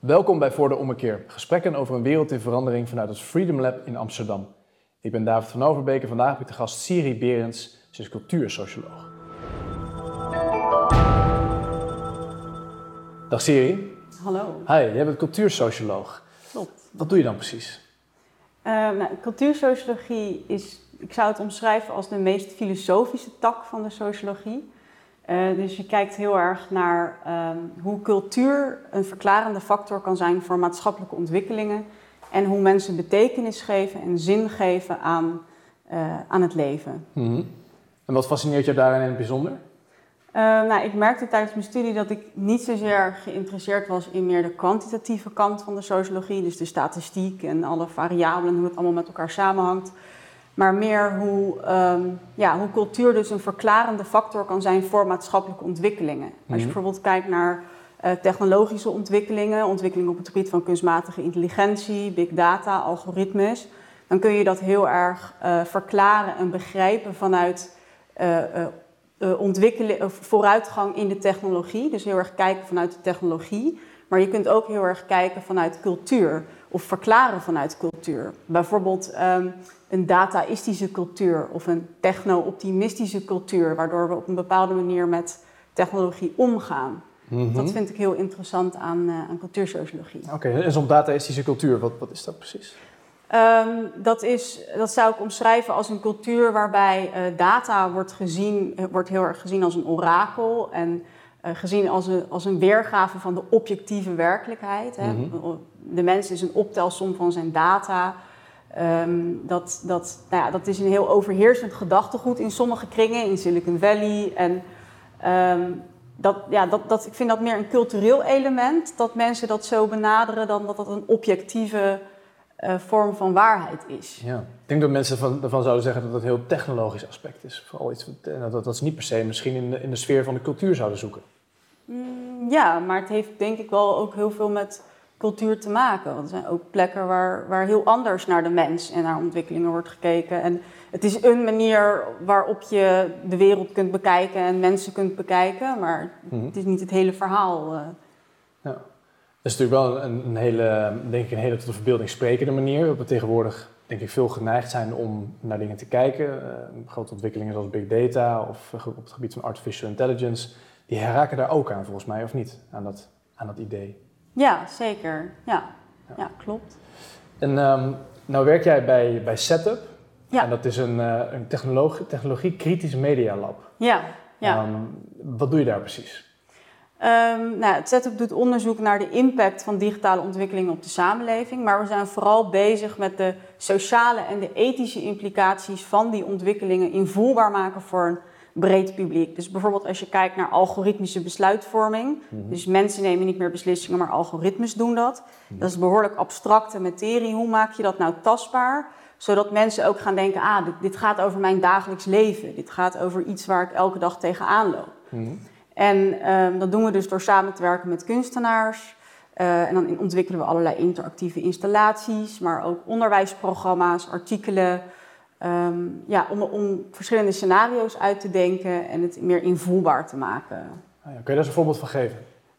Welkom bij Voor de Ommekeer, gesprekken over een wereld in verandering vanuit het Freedom Lab in Amsterdam. Ik ben David van Overbeek en vandaag heb ik te gast Siri Berends, ze is cultuursocioloog. Dag Siri. Hallo. Hi, jij bent cultuursocioloog. Klopt. Wat doe je dan precies? Cultuursociologie is, ik zou het omschrijven als de meest filosofische tak van de sociologie. Dus je kijkt heel erg naar hoe cultuur een verklarende factor kan zijn voor maatschappelijke ontwikkelingen. En hoe mensen betekenis geven en zin geven aan het leven. Mm-hmm. En wat fascineert jou daarin in het bijzonder? Ik merkte tijdens mijn studie dat ik niet zozeer geïnteresseerd was in meer de kwantitatieve kant van de sociologie. Dus de statistiek en alle variabelen, hoe het allemaal met elkaar samenhangt. Maar meer hoe cultuur dus een verklarende factor kan zijn voor maatschappelijke ontwikkelingen. Als je bijvoorbeeld kijkt naar technologische ontwikkelingen op het gebied van kunstmatige intelligentie, big data, algoritmes, dan kun je dat heel erg verklaren en begrijpen vanuit vooruitgang in de technologie. Dus heel erg kijken vanuit de technologie. Maar je kunt ook heel erg kijken vanuit cultuur of verklaren vanuit cultuur. Bijvoorbeeld een dataïstische cultuur of een techno-optimistische cultuur, waardoor we op een bepaalde manier met technologie omgaan. Mm-hmm. Dat vind ik heel interessant aan cultuursociologie. Oké, en zo'n dataïstische cultuur, wat is dat precies? Dat zou ik omschrijven als een cultuur waarbij data wordt heel erg gezien als een orakel en gezien als een weergave van de objectieve werkelijkheid. Hè. Mm-hmm. De mens is een optelsom van zijn data. Dat is een heel overheersend gedachtegoed in sommige kringen, in Silicon Valley. En ik vind dat meer een cultureel element, dat mensen dat zo benaderen dan dat dat een objectieve vorm van waarheid is. Ja. Ik denk dat mensen ervan zouden zeggen dat het een heel technologisch aspect is. Vooral iets dat ze niet per se misschien in de sfeer van de cultuur zouden zoeken. Ja, maar het heeft denk ik wel ook heel veel met cultuur te maken. Want er zijn ook plekken waar heel anders naar de mens en naar ontwikkelingen wordt gekeken. En het is een manier waarop je de wereld kunt bekijken en mensen kunt bekijken. Maar het is niet het hele verhaal. Ja. Dat is natuurlijk wel een hele tot de verbeelding sprekende manier. Waarop we tegenwoordig denk ik veel geneigd zijn om naar dingen te kijken. Grote ontwikkelingen zoals big data of op het gebied van artificial intelligence. Die raken daar ook aan volgens mij, of niet? Aan dat idee. Ja, zeker. Ja, klopt. En nou werk jij bij Setup. Ja. En dat is een technologie-kritisch media lab. Ja. Wat doe je daar precies? Het Setup doet onderzoek naar de impact van digitale ontwikkelingen op de samenleving. Maar we zijn vooral bezig met de sociale en de ethische implicaties van die ontwikkelingen invoelbaar maken voor een breed publiek. Dus bijvoorbeeld als je kijkt naar algoritmische besluitvorming. Mm-hmm. Dus mensen nemen niet meer beslissingen, maar algoritmes doen dat. Mm-hmm. Dat is behoorlijk abstracte materie. Hoe maak je dat nou tastbaar? Zodat mensen ook gaan denken, dit gaat over mijn dagelijks leven. Dit gaat over iets waar ik elke dag tegenaan loop. Mm-hmm. En dat doen we dus door samen te werken met kunstenaars. En dan ontwikkelen we allerlei interactieve installaties, maar ook onderwijsprogramma's, artikelen. Om verschillende scenario's uit te denken en het meer invoelbaar te maken. Kun je daar eens een voorbeeld van geven?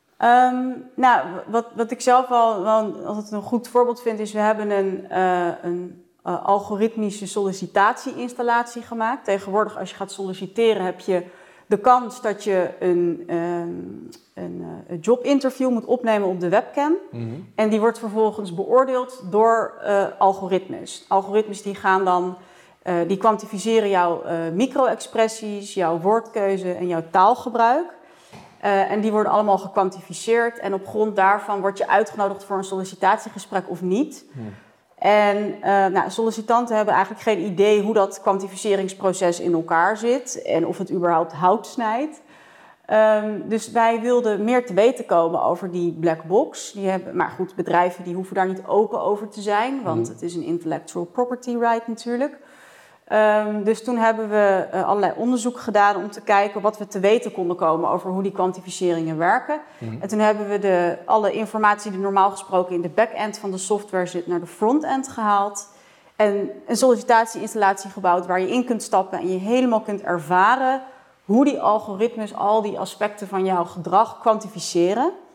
Wat ik zelf wel altijd een goed voorbeeld vind, is we hebben een algoritmische sollicitatie-installatie gemaakt. Tegenwoordig als je gaat solliciteren heb je de kans dat je een jobinterview moet opnemen op de webcam. Mm-hmm. En die wordt vervolgens beoordeeld door algoritmes. Algoritmes die gaan dan die kwantificeren jouw micro-expressies, jouw woordkeuze en jouw taalgebruik. En die worden allemaal gekwantificeerd. En op grond daarvan word je uitgenodigd voor een sollicitatiegesprek of niet. En sollicitanten hebben eigenlijk geen idee hoe dat kwantificeringsproces in elkaar zit. En of het überhaupt hout snijdt. Dus wij wilden meer te weten komen over die black box. Maar goed, bedrijven die hoeven daar niet open over te zijn. Want het is een intellectual property right natuurlijk. Dus toen hebben we allerlei onderzoek gedaan om te kijken wat we te weten konden komen over hoe die kwantificeringen werken. Mm-hmm. En toen hebben we alle informatie die normaal gesproken in de back-end van de software zit naar de front-end gehaald. En een sollicitatie-installatie gebouwd waar je in kunt stappen en je helemaal kunt ervaren hoe die algoritmes al die aspecten van jouw gedrag kwantificeren.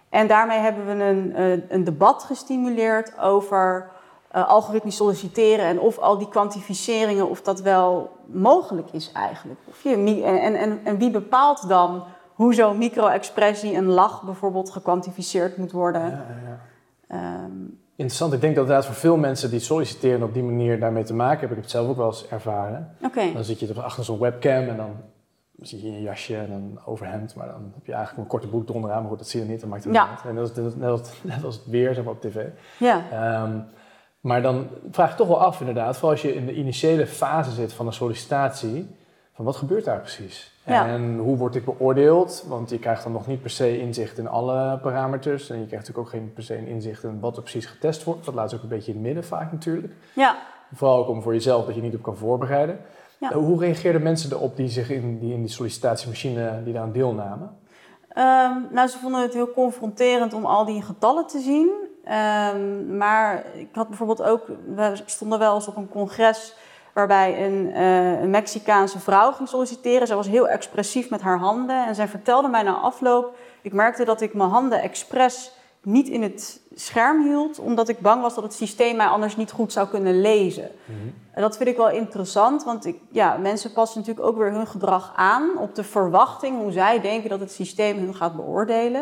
En daarmee hebben we een debat gestimuleerd over algoritmisch solliciteren en of al die kwantificeringen, of dat wel mogelijk is eigenlijk. En wie bepaalt dan hoe zo'n micro-expressie, een lach bijvoorbeeld, gekwantificeerd moet worden? Interessant. Ik denk dat inderdaad voor veel mensen die solliciteren op die manier daarmee te maken hebben. Ik heb het zelf ook wel eens ervaren. Okay. Dan zit je er achter zo'n webcam en dan zit je in je jasje en een overhemd, maar dan heb je eigenlijk een korte broek eronder, maar goed, dat zie je niet, dat maakt het niet uit. En net als het weer, zeg maar, op tv. Ja. Maar dan vraag ik toch wel af inderdaad, vooral als je in de initiële fase zit van een sollicitatie, van wat gebeurt daar precies? Ja. En hoe word ik beoordeeld? Want je krijgt dan nog niet per se inzicht in alle parameters. En je krijgt natuurlijk ook geen per se een inzicht in wat er precies getest wordt. Dat laat ze ook een beetje in het midden vaak natuurlijk. Ja. Vooral ook om voor jezelf dat je niet op kan voorbereiden. Ja. Hoe reageerden mensen erop die zich in die sollicitatiemachine die daaraan deelnamen? Ze vonden het heel confronterend om al die getallen te zien. Maar ik had bijvoorbeeld ook, we stonden wel eens op een congres waarbij een Mexicaanse vrouw ging solliciteren. Zij was heel expressief met haar handen en zij vertelde mij na afloop, ik merkte dat ik mijn handen expres niet in het scherm hield, omdat ik bang was dat het systeem mij anders niet goed zou kunnen lezen. Mm-hmm. En dat vind ik wel interessant, want mensen passen natuurlijk ook weer hun gedrag aan op de verwachting, hoe zij denken dat het systeem hun gaat beoordelen.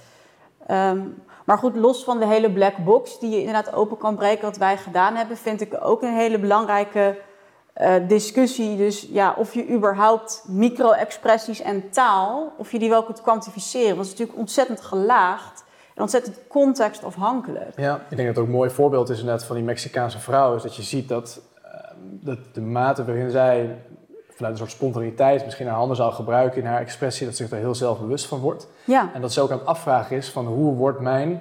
Maar goed, los van de hele black box die je inderdaad open kan breken, wat wij gedaan hebben, vind ik ook een hele belangrijke discussie. Dus of je überhaupt micro-expressies en taal, of je die wel kunt kwantificeren. Want het is natuurlijk ontzettend gelaagd en ontzettend contextafhankelijk. Ja, ik denk dat het ook een mooi voorbeeld is inderdaad van die Mexicaanse vrouw, is dat je ziet dat de mate waarin zij vanuit een soort spontaniteit misschien haar handen zou gebruiken in haar expressie, dat ze zich er heel zelfbewust van wordt. Ja. En dat ze ook aan het afvragen is van hoe wordt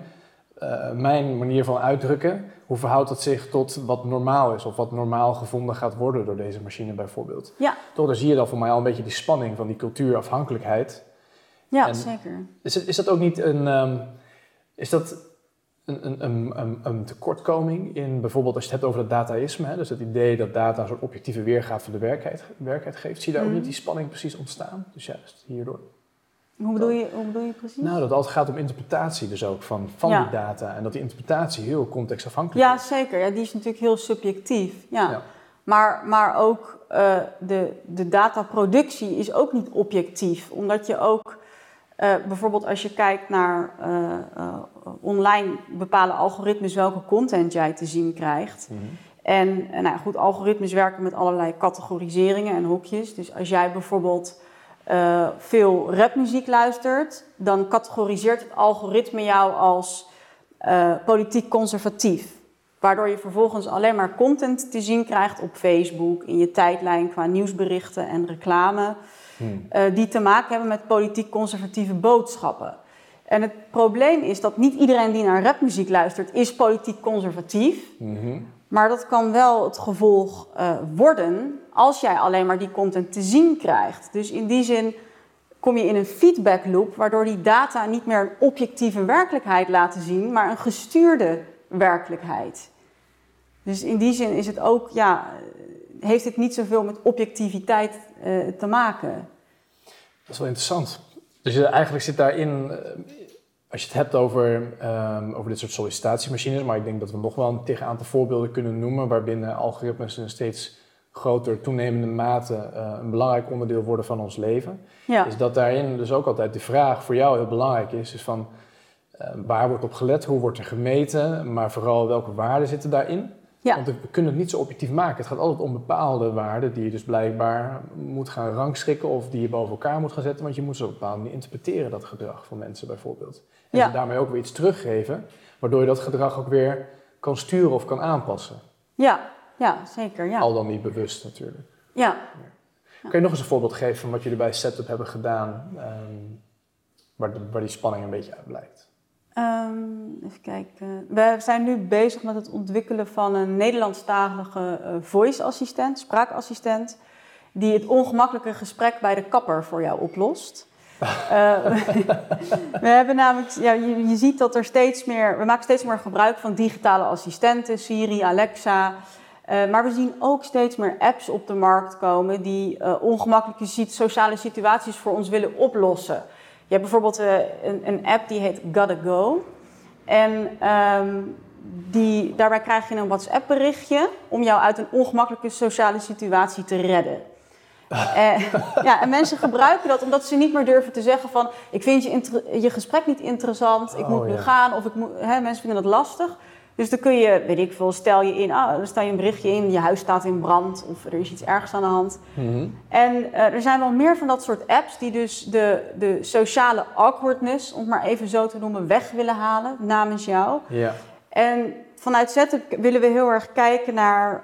mijn manier van uitdrukken, hoe verhoudt dat zich tot wat normaal is of wat normaal gevonden gaat worden door deze machine bijvoorbeeld. Ja. Toch, daar zie je dan voor mij al een beetje die spanning van die cultuurafhankelijkheid. Ja, en zeker. Is dat ook niet een tekortkoming in bijvoorbeeld als je het hebt over dat dataïsme, hè? Dus het idee dat data een soort objectieve weergave van de werkelijkheid geeft. Zie je daar ook niet die spanning precies ontstaan? Dus juist hierdoor. Hoe bedoel je precies? Nou, dat het altijd gaat om interpretatie dus ook van die data. En dat die interpretatie heel contextafhankelijk is. Ja, zeker. Ja, die is natuurlijk heel subjectief. Ja. Maar ook de dataproductie is ook niet objectief. Omdat je ook bijvoorbeeld als je kijkt naar online bepalen algoritmes welke content jij te zien krijgt. Mm-hmm. En goed, algoritmes werken met allerlei categoriseringen en hokjes. Dus als jij bijvoorbeeld veel rapmuziek luistert, dan categoriseert het algoritme jou als politiek conservatief. Waardoor je vervolgens alleen maar content te zien krijgt op Facebook, in je tijdlijn qua nieuwsberichten en reclame, die te maken hebben met politiek conservatieve boodschappen. En het probleem is dat niet iedereen die naar rapmuziek luistert is politiek conservatief. Mm-hmm. Maar dat kan wel het gevolg worden als jij alleen maar die content te zien krijgt. Dus in die zin kom je in een feedback loop, waardoor die data niet meer een objectieve werkelijkheid laten zien, maar een gestuurde werkelijkheid. Dus in die zin is het ook, heeft het niet zoveel met objectiviteit te maken. Dat is wel interessant. Dus eigenlijk zit daarin, als je het hebt over dit soort sollicitatiemachines, maar ik denk dat we nog wel een aantal voorbeelden kunnen noemen waarbinnen algoritmes in een steeds groter, toenemende mate een belangrijk onderdeel worden van ons leven. Ja. Is dat daarin dus ook altijd de vraag voor jou heel belangrijk is van waar wordt op gelet, hoe wordt er gemeten, maar vooral welke waarden zitten daarin. Ja. Want we kunnen het niet zo objectief maken. Het gaat altijd om bepaalde waarden die je dus blijkbaar moet gaan rangschikken of die je boven elkaar moet gaan zetten, want je moet ze op een bepaalde manier interpreteren, dat gedrag van mensen bijvoorbeeld. En ze daarmee ook weer iets teruggeven, waardoor je dat gedrag ook weer kan sturen of kan aanpassen. Ja, zeker. Ja. Al dan niet bewust natuurlijk. Ja. Kan je nog eens een voorbeeld geven van wat jullie bij Setup hebben gedaan, waar die spanning een beetje uit blijkt? Even kijken. We zijn nu bezig met het ontwikkelen van een Nederlandstalige voice-assistent, spraakassistent, die het ongemakkelijke gesprek bij de kapper voor jou oplost. We hebben namelijk, je ziet dat we maken steeds meer gebruik van digitale assistenten, Siri, Alexa. Maar we zien ook steeds meer apps op de markt komen die ongemakkelijke sociale situaties voor ons willen oplossen. Je hebt bijvoorbeeld een app die heet Gotta Go. En daarbij krijg je een WhatsApp berichtje om jou uit een ongemakkelijke sociale situatie te redden. En mensen gebruiken dat omdat ze niet meer durven te zeggen van... ik vind je gesprek niet interessant, ik moet nu gaan of mensen vinden dat lastig. Dus dan kun je, weet ik veel, stel je een berichtje in, je huis staat in brand of er is iets ergs aan de hand. Mm-hmm. En er zijn wel meer van dat soort apps die dus de sociale awkwardness, om het maar even zo te noemen, weg willen halen namens jou. Ja. En vanuit Setup willen we heel erg kijken naar...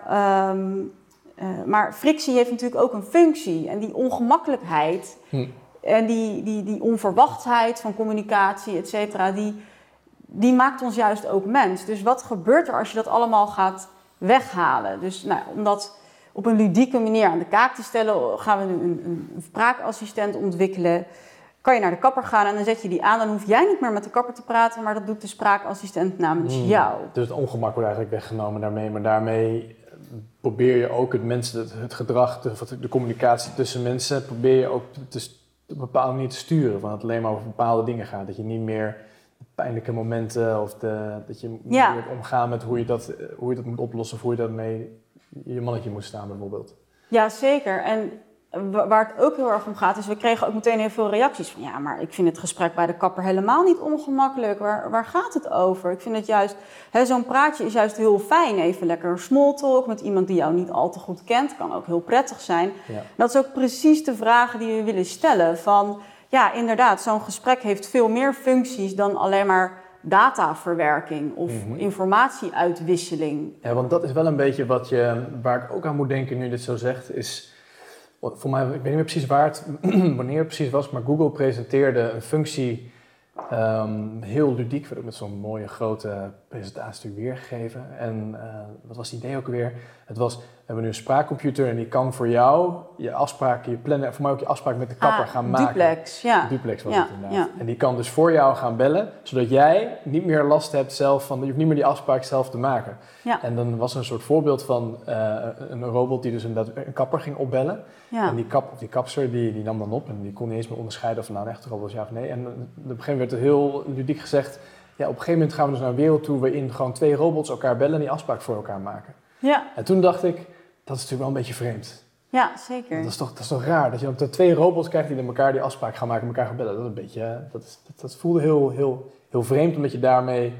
maar frictie heeft natuurlijk ook een functie. En die ongemakkelijkheid en die onverwachtheid van communicatie, et cetera, die maakt ons juist ook mens. Dus wat gebeurt er als je dat allemaal gaat weghalen? Dus om dat op een ludieke manier aan de kaak te stellen, gaan we nu een spraakassistent ontwikkelen. Kan je naar de kapper gaan en dan zet je die aan. Dan hoef jij niet meer met de kapper te praten, maar dat doet de spraakassistent namens jou. Dus het ongemak wordt eigenlijk weggenomen daarmee, maar daarmee... probeer je ook het gedrag, de communicatie tussen mensen, probeer je ook op een bepaalde manier te sturen. Van het alleen maar over bepaalde dingen gaat. Dat je niet meer de pijnlijke momenten of dat je moet omgaan met hoe je dat moet oplossen of hoe je daarmee je mannetje moet staan bijvoorbeeld. Ja, zeker. En waar het ook heel erg om gaat is, we kregen ook meteen heel veel reacties van ja, maar ik vind het gesprek bij de kapper helemaal niet ongemakkelijk. Waar gaat het over? Ik vind het juist, zo'n praatje is juist heel fijn. Even lekker small talk met iemand die jou niet al te goed kent. Kan ook heel prettig zijn. Ja. Dat is ook precies de vragen die we willen stellen. Van ja, inderdaad, zo'n gesprek heeft veel meer functies dan alleen maar dataverwerking of informatieuitwisseling. Ja, want dat is wel een beetje waar ik ook aan moet denken nu je dit zo zegt, is... Voor mij, ik weet niet meer precies wanneer het precies was, maar Google presenteerde een functie heel ludiek, werd ook met zo'n mooie grote presentatie weergegeven. En wat was het idee ook weer? Het was, we hebben nu een spraakcomputer en die kan voor jou je afspraken, plannen, voor mij ook je afspraak met de kapper gaan maken. Duplex, ja. Duplex was het inderdaad. Ja. En die kan dus voor jou gaan bellen, zodat jij niet meer last hebt zelf van, je hoeft niet meer die afspraak zelf te maken. Ja. En dan was er een soort voorbeeld van een robot die dus inderdaad een kapper ging opbellen. Ja. En die kapster die nam dan op en die kon niet eens meer onderscheiden of het nou een echte robot was ja of nee. En op een gegeven moment werd er heel ludiek gezegd, ja, op een gegeven moment gaan we dus naar een wereld toe waarin gewoon 2 robots elkaar bellen en die afspraak voor elkaar maken. Ja. En toen dacht ik, dat is natuurlijk wel een beetje vreemd. Ja, zeker. Dat is toch raar, dat je dan 2 robots krijgt die elkaar die afspraak gaan maken en elkaar gaan bellen. Dat is een beetje, dat voelde heel vreemd, omdat je daarmee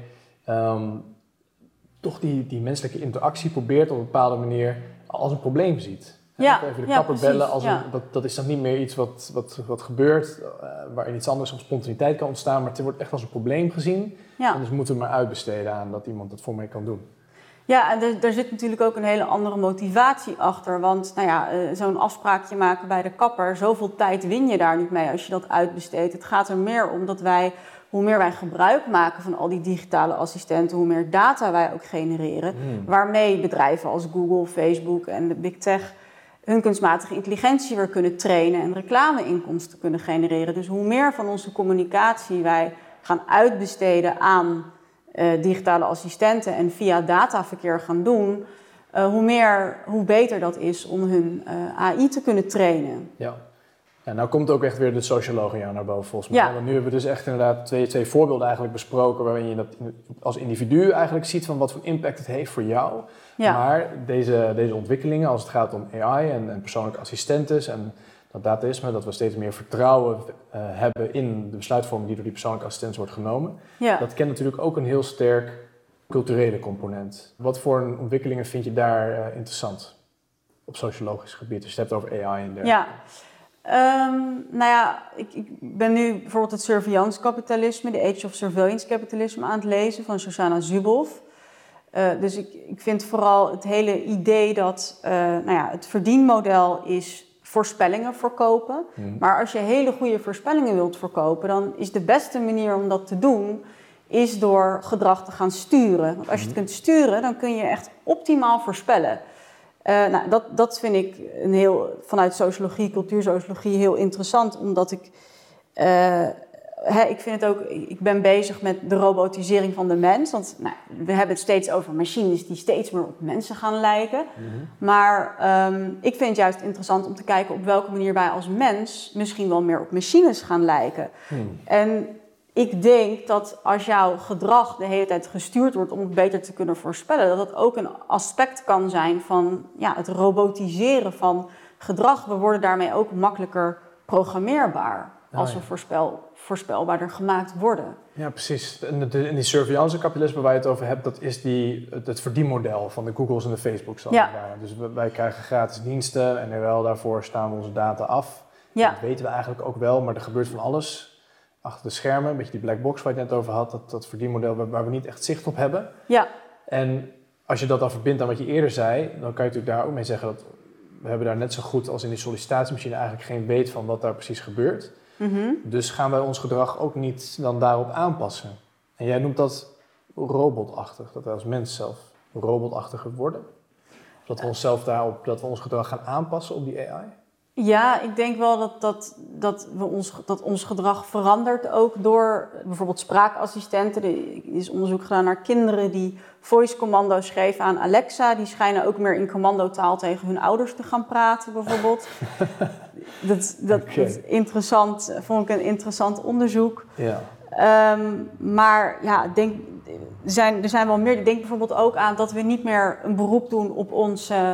toch die menselijke interactie probeert op een bepaalde manier als een probleem ziet. Ja, even de kapper bellen, dat is dan niet meer iets wat gebeurt, waarin iets anders of spontaniteit kan ontstaan, maar het wordt echt als een probleem gezien. Ja. En dus moeten we maar uitbesteden aan dat iemand dat voor mij kan doen. Ja, en daar zit natuurlijk ook een hele andere motivatie achter, want zo'n afspraakje maken bij de kapper, zoveel tijd win je daar niet mee als je dat uitbesteedt. Het gaat er meer om dat hoe meer wij gebruik maken van al die digitale assistenten, hoe meer data wij ook genereren, waarmee bedrijven als Google, Facebook en de Big Tech hun kunstmatige intelligentie weer kunnen trainen en reclameinkomsten kunnen genereren. Dus hoe meer van onze communicatie wij gaan uitbesteden aan digitale assistenten en via dataverkeer gaan doen, hoe beter dat is om hun AI te kunnen trainen. Ja. Ja, nou komt ook echt weer de socioloog in jou naar boven volgens mij. Ja. Want nu hebben we dus echt inderdaad twee voorbeelden eigenlijk besproken waarin je dat als individu eigenlijk ziet van wat voor impact het heeft voor jou. Ja. Maar deze ontwikkelingen als het gaat om AI en persoonlijke assistentes en dat dataïsme, dat we steeds meer vertrouwen hebben in de besluitvorming die door die persoonlijke assistenten wordt genomen. Ja. Dat kent natuurlijk ook een heel sterk culturele component. Wat voor ontwikkelingen vind je daar interessant op sociologisch gebied? Dus je hebt het over AI en dergelijke. Ja. Ik ben nu bijvoorbeeld het surveillance capitalisme, de Age of Surveillance Capitalism aan het lezen van Shoshana Zuboff. Dus ik vind vooral het hele idee dat het verdienmodel is voorspellingen verkopen. Maar als je hele goede voorspellingen wilt verkopen, dan is de beste manier om dat te doen, is door gedrag te gaan sturen. Want als je het kunt sturen, dan kun je echt optimaal voorspellen. Dat vind ik vanuit sociologie, cultuursociologie heel interessant, omdat ik ik ben bezig met de robotisering van de mens. Want we hebben het steeds over machines die steeds meer op mensen gaan lijken. Mm-hmm. Maar ik vind het juist interessant om te kijken op welke manier wij als mens misschien wel meer op machines gaan lijken. En ik denk dat als jouw gedrag de hele tijd gestuurd wordt om het beter te kunnen voorspellen, dat ook een aspect kan zijn van het robotiseren van gedrag. We worden daarmee ook makkelijker programmeerbaar als we voorspelbaarder gemaakt worden. Ja, precies. En die surveillance-kapitalisme waar je het over hebt, dat is het verdienmodel van de Googles en de Facebooks. Dus wij krijgen gratis diensten en daarvoor staan we onze data af. Ja. Dat weten we eigenlijk ook wel, maar er gebeurt van alles achter de schermen. Een beetje die black box waar je het net over had, dat verdienmodel waar we niet echt zicht op hebben. Ja. En als je dat dan verbindt aan wat je eerder zei, dan kan je natuurlijk daar ook mee zeggen dat we hebben daar net zo goed als in die sollicitatiemachine eigenlijk geen weet van wat daar precies gebeurt. Mm-hmm. Dus gaan wij ons gedrag ook niet dan daarop aanpassen. En jij noemt dat robotachtig, dat wij als mens zelf robotachtiger worden. Dat we onszelf dat we ons gedrag gaan aanpassen op die AI. Ja, ik denk wel dat ons gedrag verandert ook door bijvoorbeeld spraakassistenten. Er is onderzoek gedaan naar kinderen die voice-commando's geven aan Alexa. Die schijnen ook meer in commandotaal tegen hun ouders te gaan praten, bijvoorbeeld. Dat vond ik een interessant onderzoek. Ja. Maar er zijn wel meer. Ik denk bijvoorbeeld ook aan dat we niet meer een beroep doen op onze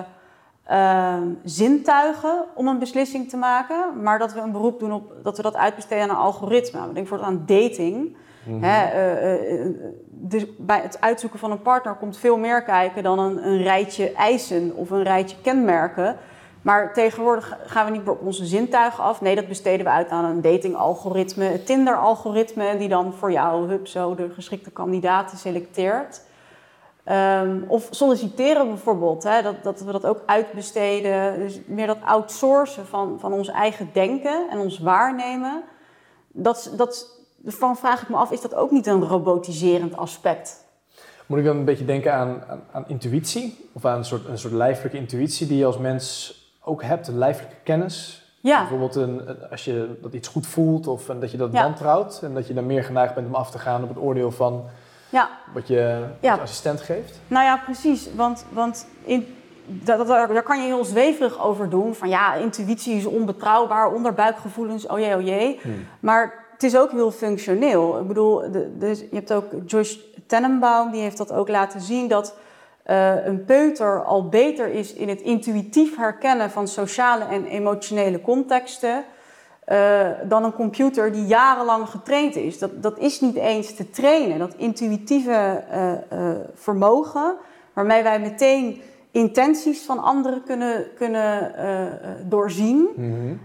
zintuigen om een beslissing te maken, maar dat we een beroep doen op dat we dat uitbesteden aan een algoritme. Ik denk bijvoorbeeld aan dating. Mm-hmm. Bij het uitzoeken van een partner komt veel meer kijken dan een rijtje eisen of een rijtje kenmerken. Maar tegenwoordig gaan we niet meer op onze zintuigen af. Nee, dat besteden we uit aan een datingalgoritme, het Tinder-algoritme, die dan voor jou de geschikte kandidaten selecteert. Of solliciteren bijvoorbeeld, dat we dat ook uitbesteden. Dus meer dat outsourcen van ons eigen denken en ons waarnemen. Daarvan vraag ik me af, is dat ook niet een robotiserend aspect? Moet ik dan een beetje denken aan intuïtie? Of aan een soort lijfelijke intuïtie die je als mens ook hebt, een lijfelijke kennis? Ja. Bijvoorbeeld als je dat iets goed voelt of dat je dat wantrouwt en dat je dan meer geneigd bent om af te gaan op het oordeel van wat je assistent geeft? Nou ja, precies. Want daar kan je heel zweverig over doen. Van intuïtie is onbetrouwbaar, onderbuikgevoelens, oh jee. Maar het is ook heel functioneel. Ik bedoel, je hebt ook Josh Tenenbaum, die heeft dat ook laten zien dat een peuter al beter is in het intuïtief herkennen van sociale en emotionele contexten dan een computer die jarenlang getraind is. Dat is niet eens te trainen. Dat intuïtieve vermogen, waarmee wij meteen intenties van anderen kunnen doorzien. Mm-hmm.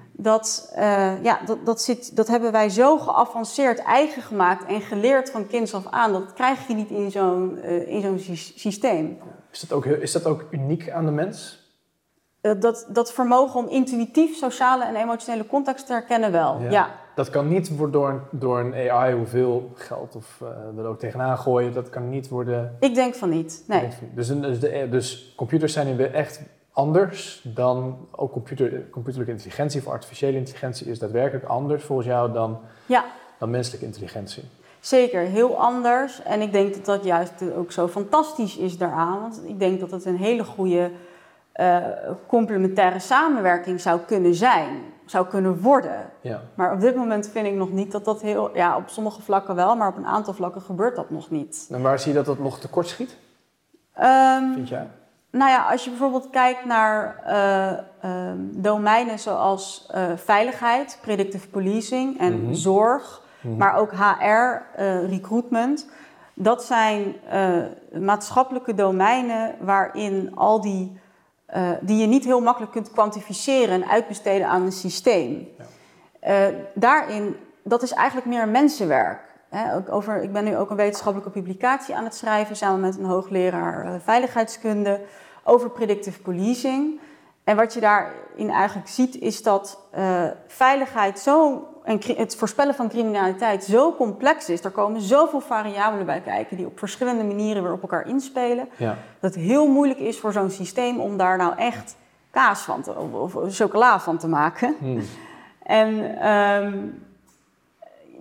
Dat hebben wij zo geavanceerd eigen gemaakt en geleerd van kinds af aan. Dat krijg je niet in zo'n systeem. Is dat ook uniek aan de mens? Dat vermogen om intuïtief sociale en emotionele context te herkennen wel, ja. Dat kan niet worden door een AI hoeveel geld of er ook tegenaan gooien. Dat kan niet worden... Ik denk van niet, nee. Dus computers zijn weer echt anders dan... Ook computerlijke intelligentie of artificiële intelligentie is daadwerkelijk anders volgens jou dan menselijke intelligentie. Zeker, heel anders. En ik denk dat dat juist ook zo fantastisch is daaraan. Want ik denk dat het een hele goede complementaire samenwerking zou kunnen worden. Ja. Maar op dit moment vind ik nog niet dat heel... Ja, op sommige vlakken wel, maar op een aantal vlakken gebeurt dat nog niet. En waar zie je dat nog tekort schiet? Vind jij? Nou ja, als je bijvoorbeeld kijkt naar domeinen zoals veiligheid, predictive policing en zorg, maar ook HR, recruitment. Dat zijn maatschappelijke domeinen waarin al die je niet heel makkelijk kunt kwantificeren en uitbesteden aan een systeem. Ja. Daarin, dat is eigenlijk meer mensenwerk. Ik ben nu ook een wetenschappelijke publicatie aan het schrijven samen met een hoogleraar veiligheidskunde over predictive policing. En wat je daarin eigenlijk ziet is dat veiligheid en het voorspellen van criminaliteit zo complex is. Er komen zoveel variabelen bij kijken die op verschillende manieren weer op elkaar inspelen. Ja. Dat het heel moeilijk is voor zo'n systeem om daar nou echt kaas van of chocola van te maken. En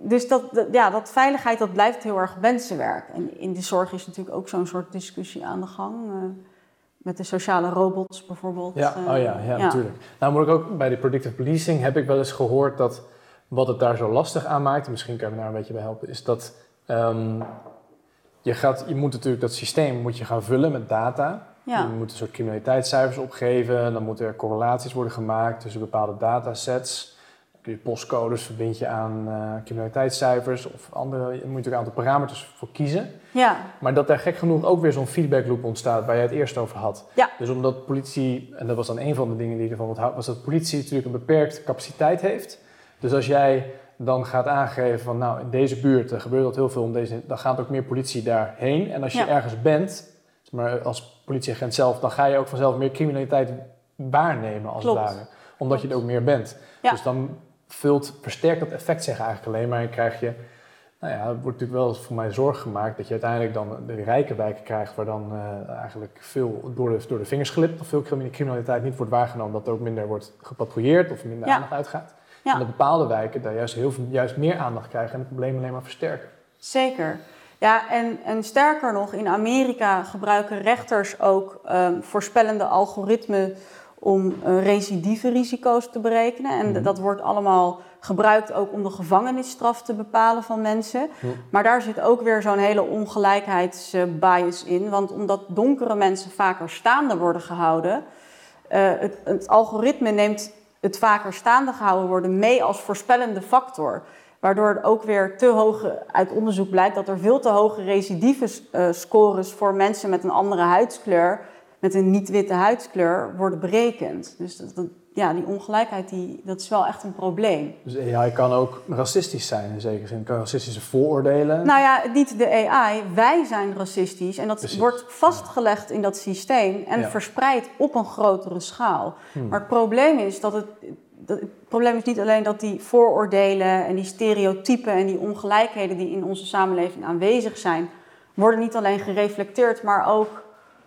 Dus dat veiligheid, dat blijft heel erg mensenwerk. En in de zorg is natuurlijk ook zo'n soort discussie aan de gang. Met de sociale robots bijvoorbeeld. Ja, natuurlijk. Nou moet ik ook bij de predictive policing heb ik wel eens gehoord dat wat het daar zo lastig aan maakt, en misschien kan je me daar een beetje bij helpen, is dat je moet natuurlijk dat systeem gaan vullen met data. Ja. Je moet een soort criminaliteitscijfers opgeven, dan moeten er correlaties worden gemaakt tussen bepaalde datasets. Kun je postcodes verbind je aan criminaliteitscijfers of andere, je moet natuurlijk een aantal parameters voor kiezen. Ja. Maar dat daar gek genoeg ook weer zo'n feedbackloop ontstaat waar je het eerst over had. Ja. Dus omdat politie, en dat was dan een van de dingen die ik ervan onthoud, was dat politie natuurlijk een beperkte capaciteit heeft. Dus als jij dan gaat aangeven van nou in deze buurt gebeurt dat heel veel, dan gaat ook meer politie daarheen. En als je ergens bent, maar als politieagent zelf, dan ga je ook vanzelf meer criminaliteit waarnemen als het ware. Omdat je er ook meer bent. Ja. Dus dan versterkt dat effect zich eigenlijk alleen maar en krijg je, het wordt natuurlijk wel voor mij zorg gemaakt dat je uiteindelijk dan de rijke wijken krijgt waar dan eigenlijk veel door de vingers glipt of veel criminaliteit niet wordt waargenomen, dat er ook minder wordt gepatrouilleerd of minder aandacht uitgaat. Ja. En dat bepaalde wijken daar juist meer aandacht krijgen en het probleem alleen maar versterken. Zeker. Ja, en sterker nog, in Amerika gebruiken rechters ook voorspellende algoritmen om recidive-risico's te berekenen. En dat wordt allemaal gebruikt ook om de gevangenisstraf te bepalen van mensen. Maar daar zit ook weer zo'n hele ongelijkheidsbias in. Want omdat donkere mensen vaker staande worden gehouden, het algoritme neemt het vaker staande gehouden worden mee als voorspellende factor. Waardoor het ook weer uit onderzoek blijkt dat er veel te hoge recidive-scores voor mensen met een andere huidskleur, met een niet-witte huidskleur, worden berekend. Dus die ongelijkheid, dat is wel echt een probleem. Dus AI kan ook racistisch zijn in zekere zin, kan racistische vooroordelen? Nou ja, niet de AI, wij zijn racistisch en dat wordt vastgelegd in dat systeem en verspreid op een grotere schaal. Maar het probleem is het probleem is niet alleen dat die vooroordelen en die stereotypen en die ongelijkheden die in onze samenleving aanwezig zijn, worden niet alleen gereflecteerd, maar ook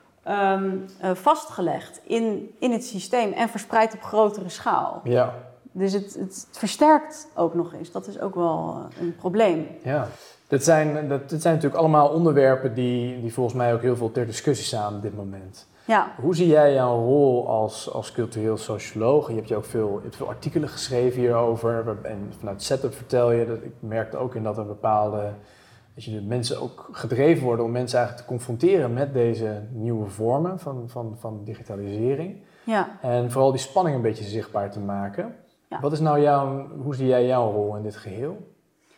vastgelegd in het systeem en verspreid op grotere schaal. Ja. Dus het versterkt ook nog eens. Dat is ook wel een probleem. Ja. Dit zijn natuurlijk allemaal onderwerpen die volgens mij ook heel veel ter discussie staan op dit moment. Ja. Hoe zie jij jouw rol als cultureel socioloog? Je hebt veel artikelen geschreven hierover. En vanuit Setup vertel je, dat ik merkte ook in dat er dat je de mensen ook gedreven worden om mensen eigenlijk te confronteren met deze nieuwe vormen van digitalisering. Ja. En vooral die spanning een beetje zichtbaar te maken. Ja. Wat is nou hoe zie jij jouw rol in dit geheel?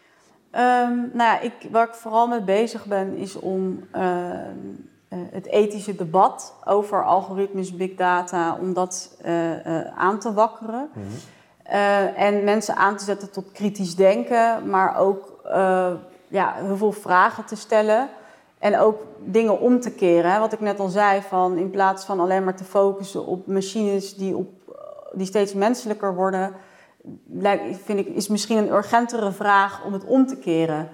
Waar ik vooral mee bezig ben is om het ethische debat over algoritmes, big data, om dat aan te wakkeren. Mm-hmm. En mensen aan te zetten tot kritisch denken, maar ook heel veel vragen te stellen. En ook dingen om te keren. Hè? Wat ik net al zei, in plaats van alleen maar te focussen op machines die steeds menselijker worden, is misschien een urgentere vraag om het om te keren.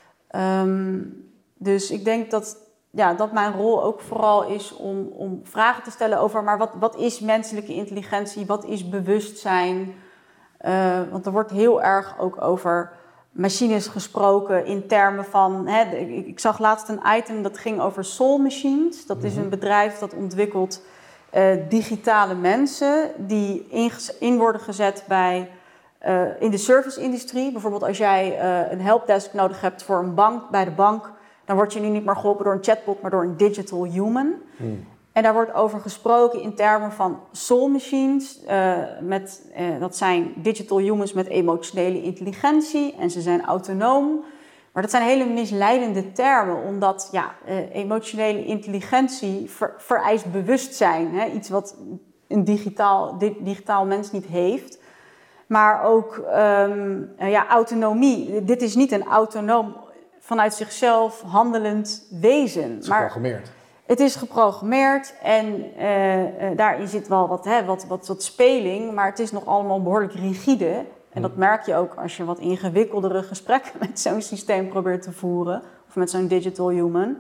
Dus ik denk dat mijn rol ook vooral is om vragen te stellen over, maar wat is menselijke intelligentie? Wat is bewustzijn? Want er wordt heel erg ook over machines gesproken in termen van, ik zag laatst een item dat ging over Soul Machines. Dat is een bedrijf dat ontwikkelt digitale mensen die in worden gezet in de service-industrie. Bijvoorbeeld als jij een helpdesk nodig hebt voor een bank, bij de bank, dan word je nu niet meer geholpen door een chatbot, maar door een digital human. En daar wordt over gesproken in termen van soul machines. Dat zijn digital humans met emotionele intelligentie en ze zijn autonoom. Maar dat zijn hele misleidende termen, omdat emotionele intelligentie vereist bewustzijn. Hè? Iets wat een digitaal mens niet heeft. Maar ook autonomie. Dit is niet een autonoom vanuit zichzelf handelend wezen. Het is geprogrammeerd. Het is geprogrammeerd en daarin zit wel wat speling, maar het is nog allemaal behoorlijk rigide. En dat merk je ook als je wat ingewikkeldere gesprekken met zo'n systeem probeert te voeren, of met zo'n digital human.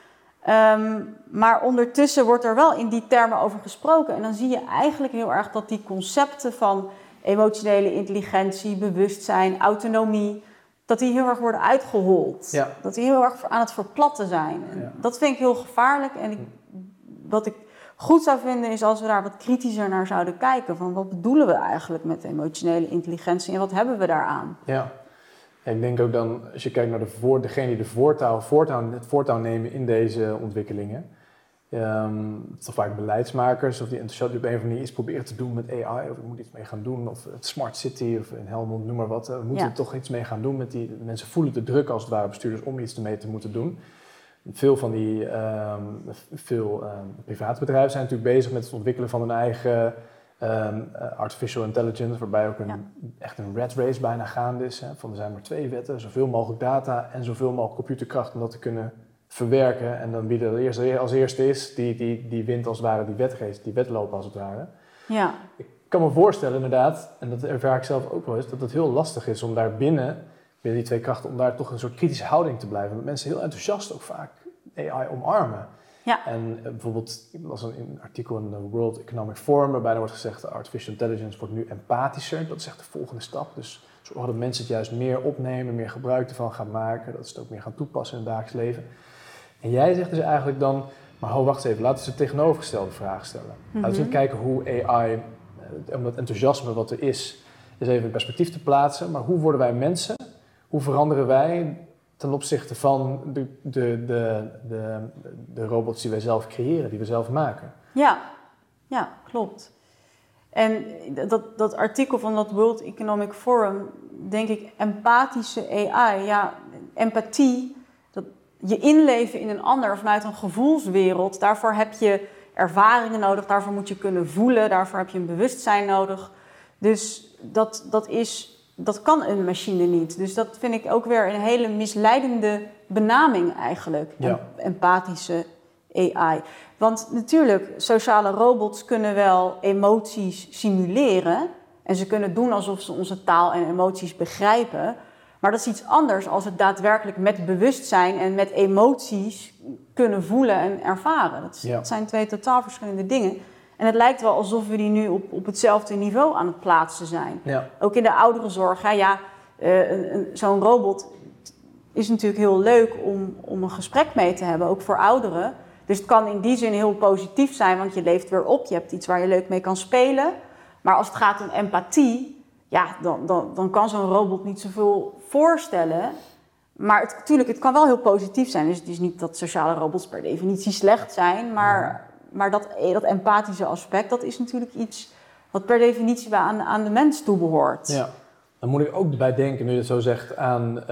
Maar ondertussen wordt er wel in die termen over gesproken. En dan zie je eigenlijk heel erg dat die concepten van emotionele intelligentie, bewustzijn, autonomie, dat die heel erg worden uitgehold. Ja. Dat die heel erg aan het verplatten zijn. En dat vind ik heel gevaarlijk. En wat ik goed zou vinden is als we daar wat kritischer naar zouden kijken. Van wat bedoelen we eigenlijk met emotionele intelligentie en wat hebben we daaraan? Ja. Ik denk ook dan, als je kijkt naar degene die het voortouw nemen in deze ontwikkelingen. Het is toch vaak beleidsmakers of die enthousiast op een of andere manier iets proberen te doen met AI. Of ik moet iets mee gaan doen. Of het Smart City of in Helmond, noem maar wat. We moeten er toch iets mee gaan doen met die mensen voelen de druk als het ware bestuurders om iets ermee te moeten doen. Veel van die private bedrijven zijn natuurlijk bezig met het ontwikkelen van hun eigen artificial intelligence, waarbij ook echt een rat race bijna gaande is. Hè? Van er zijn maar 2 wetten, zoveel mogelijk data en zoveel mogelijk computerkracht om dat te kunnen verwerken. En dan wie er als eerste is, die wint als het ware die wetrace, die wedloop als het ware. Ja. Ik kan me voorstellen inderdaad, en dat ervaar ik zelf ook wel eens, dat het heel lastig is om daar binnen die 2 krachten, om daar toch een soort kritische houding te blijven. Want mensen heel enthousiast ook vaak AI omarmen. Ja. En bijvoorbeeld, ik las een artikel in de World Economic Forum waarbij er wordt gezegd, artificial intelligence wordt nu empathischer. Dat is echt de volgende stap. Dus zorgen dat mensen het juist meer opnemen, meer gebruik ervan gaan maken, dat ze het ook meer gaan toepassen in het dagelijks leven. En jij zegt dus eigenlijk dan, maar wacht eens even, laten we de tegenovergestelde vraag stellen. Laten we eens kijken hoe AI, om dat enthousiasme wat er is even in perspectief te plaatsen. Maar hoe worden wij mensen? Hoe veranderen wij ten opzichte van de robots die wij zelf creëren, die we zelf maken? Ja, klopt. En dat artikel van dat World Economic Forum, denk ik, empathische AI, empathie, je inleven in een ander vanuit een gevoelswereld, daarvoor heb je ervaringen nodig, daarvoor moet je kunnen voelen, daarvoor heb je een bewustzijn nodig. Dus dat kan een machine niet. Dus dat vind ik ook weer een hele misleidende benaming eigenlijk, empathische AI. Want natuurlijk, sociale robots kunnen wel emoties simuleren en ze kunnen doen alsof ze onze taal en emoties begrijpen. Maar dat is iets anders als het daadwerkelijk met bewustzijn en met emoties kunnen voelen en ervaren. Dat zijn 2 totaal verschillende dingen. En het lijkt wel alsof we die nu op hetzelfde niveau aan het plaatsen zijn. Ja. Ook in de ouderenzorg. Zo'n robot is natuurlijk heel leuk om een gesprek mee te hebben, ook voor ouderen. Dus het kan in die zin heel positief zijn, want je leeft weer op. Je hebt iets waar je leuk mee kan spelen. Maar als het gaat om empathie, dan kan zo'n robot niet zoveel voorstellen. Maar het kan wel heel positief zijn. Dus het is niet dat sociale robots per definitie slecht zijn. Maar dat empathische aspect, dat is natuurlijk iets wat per definitie aan de mens toebehoort. Ja, dan moet ik ook bij denken, nu je het zo zegt, aan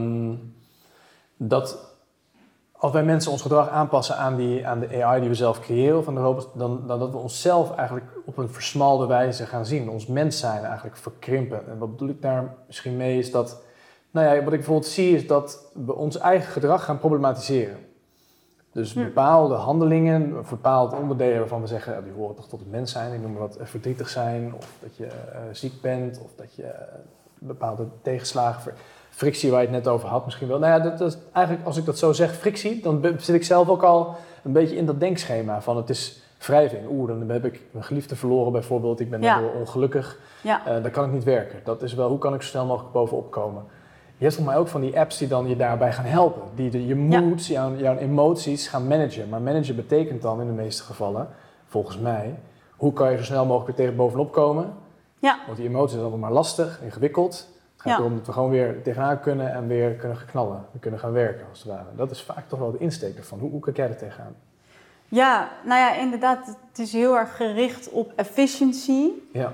dat als wij mensen ons gedrag aanpassen aan de AI die we zelf creëren, van de robots, dan dat we onszelf eigenlijk op een versmalde wijze gaan zien. Ons mens zijn eigenlijk verkrimpen. En wat bedoel ik daar misschien mee is dat, wat ik bijvoorbeeld zie is dat we ons eigen gedrag gaan problematiseren. Dus bepaalde handelingen, bepaalde onderdelen waarvan we zeggen, die horen toch tot het mens zijn. Ik noem maar wat, verdrietig zijn, of dat je ziek bent, of dat je bepaalde tegenslagen, frictie waar je het net over had misschien wel. Dat is eigenlijk, als ik dat zo zeg, frictie, dan zit ik zelf ook al een beetje in dat denkschema van het is wrijving. Dan heb ik mijn geliefde verloren bijvoorbeeld, ik ben daardoor ongelukkig. Dan kan ik niet werken. Dat is wel, hoe kan ik zo snel mogelijk bovenop komen? Je hebt volgens mij ook van die apps die dan je daarbij gaan helpen. Die je moods, jouw emoties gaan managen. Maar managen betekent dan in de meeste gevallen, volgens mij, hoe kan je zo snel mogelijk weer tegen bovenop komen? Ja. Want die emoties zijn allemaal maar lastig, ingewikkeld. Het gaat erom dat we gewoon weer tegenaan kunnen en weer kunnen gaan knallen. We kunnen gaan werken als het ware. Dat is vaak toch wel de insteek ervan. Hoe kijk jij er tegenaan? Ja, inderdaad. Het is heel erg gericht op efficiency. Ja.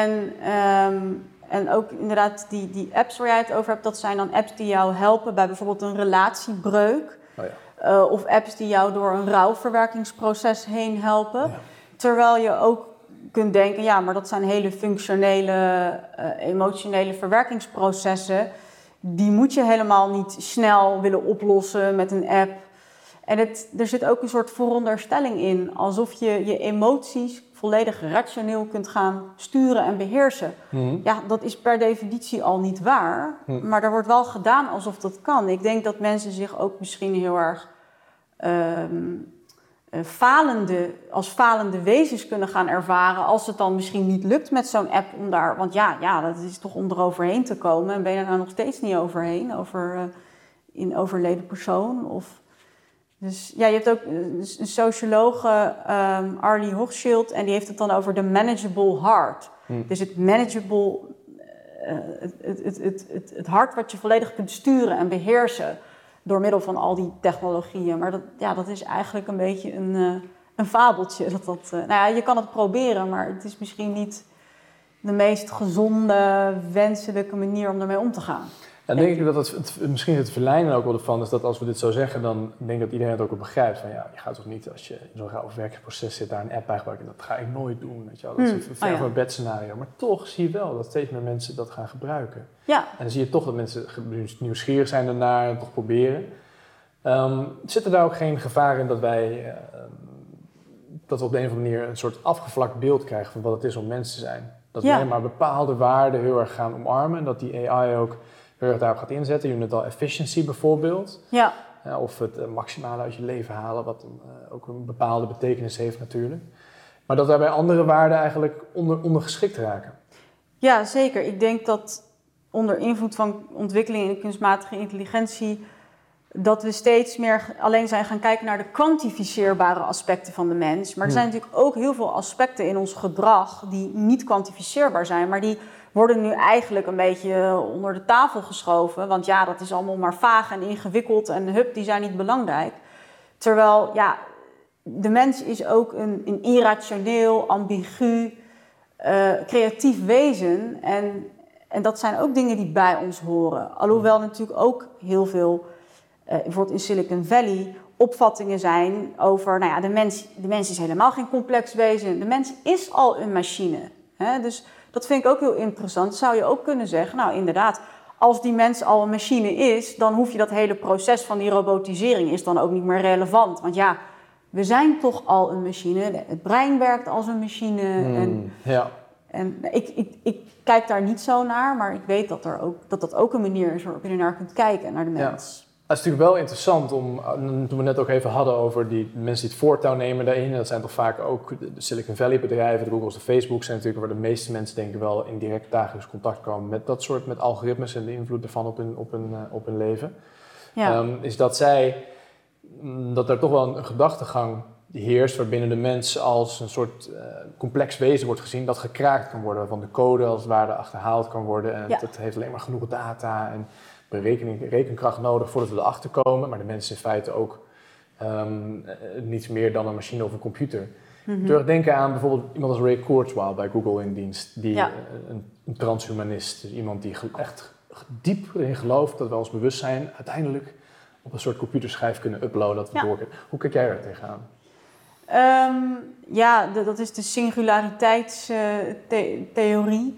En ook inderdaad die apps waar jij het over hebt, dat zijn dan apps die jou helpen bij bijvoorbeeld een relatiebreuk. Of apps die jou door een rouwverwerkingsproces heen helpen. Ja. Terwijl je ook kunt denken, maar dat zijn hele functionele, emotionele verwerkingsprocessen. Die moet je helemaal niet snel willen oplossen met een app. En er zit ook een soort vooronderstelling in, alsof je je emoties volledig rationeel kunt gaan sturen en beheersen. Mm-hmm. Ja, dat is per definitie al niet waar, maar er wordt wel gedaan alsof dat kan. Ik denk dat mensen zich ook misschien heel erg als falende wezens kunnen gaan ervaren als het dan misschien niet lukt met zo'n app om daar... Want ja, dat is toch om eroverheen te komen. En ben je er nou nog steeds niet overheen, in overleden persoon? Dus ja, je hebt ook een sociologe, Arlie Hochschild, en die heeft het dan over de manageable heart. Dus het manageable, het hart wat je volledig kunt sturen en beheersen door middel van al die technologieën. Maar dat is eigenlijk een beetje een fabeltje. Je kan het proberen, maar het is misschien niet de meest gezonde, wenselijke manier om ermee om te gaan. En denk ik dat misschien het verlijnen ook wel ervan is dat als we dit zo zeggen, dan denk ik dat iedereen het ook wel begrijpt. Van ja, je gaat toch niet als je in zo'n rauw werkproces zit daar een app bij gebruiken. Dat ga ik nooit doen. Weet je wel. Dat is een ver van bed scenario. Maar toch zie je wel dat steeds meer mensen dat gaan gebruiken. Ja. En dan zie je toch dat mensen nieuwsgierig zijn daarnaar en toch proberen. Zit er daar ook geen gevaar in dat dat we op de een of andere manier een soort afgevlakt beeld krijgen van wat het is om mens te zijn? Dat we alleen maar bepaalde waarden heel erg gaan omarmen en dat die AI ook heel erg daarop gaat inzetten. Je noemt het al efficiency bijvoorbeeld. Ja. Of het maximale uit je leven halen, wat ook een bepaalde betekenis heeft natuurlijk. Maar dat daarbij andere waarden eigenlijk ondergeschikt raken. Ja, zeker. Ik denk dat onder invloed van ontwikkeling in de kunstmatige intelligentie dat we steeds meer alleen zijn gaan kijken naar de kwantificeerbare aspecten van de mens. Maar er zijn natuurlijk ook heel veel aspecten in ons gedrag die niet kwantificeerbaar zijn, maar die worden nu eigenlijk een beetje onder de tafel geschoven. Want ja, dat is allemaal maar vaag en ingewikkeld en die zijn niet belangrijk. Terwijl, ja, de mens is ook een irrationeel, ambigu, creatief wezen. En dat zijn ook dingen die bij ons horen. Alhoewel natuurlijk ook heel veel, bijvoorbeeld in Silicon Valley, opvattingen zijn over, de mens is helemaal geen complex wezen. De mens is al een machine. Hè? Dus dat vind ik ook heel interessant. Zou je ook kunnen zeggen, nou inderdaad, als die mens al een machine is, dan hoef je dat hele proces van die robotisering is dan ook niet meer relevant. Want ja, we zijn toch al een machine. Het brein werkt als een machine. En ik kijk daar niet zo naar, maar ik weet dat dat ook een manier is waarop je er naar kunt kijken, naar de mens. Ja. Het is natuurlijk wel interessant toen we net ook even hadden over die mensen die het voortouw nemen daarin. Dat zijn toch vaak ook de Silicon Valley bedrijven, de Googles, de Facebooks zijn natuurlijk waar de meeste mensen denk ik wel in direct dagelijks contact komen met dat soort, met algoritmes en de invloed daarvan op hun leven. Ja. Is dat dat er toch wel een gedachtegang heerst waarbinnen de mens als een soort complex wezen wordt gezien dat gekraakt kan worden, waarvan de code als het ware achterhaald kan worden en het heeft alleen maar genoeg data en rekenkracht nodig voordat we erachter komen, maar de mens is in feite ook niets meer dan een machine of een computer. Ik durf denken aan bijvoorbeeld iemand als Ray Kurzweil bij Google in dienst, die een transhumanist, dus iemand die echt diep erin gelooft dat we ons bewustzijn uiteindelijk op een soort computerschijf kunnen uploaden, dat we doorkijken. Hoe kijk jij daar tegenaan? Dat is de singulariteitstheorie.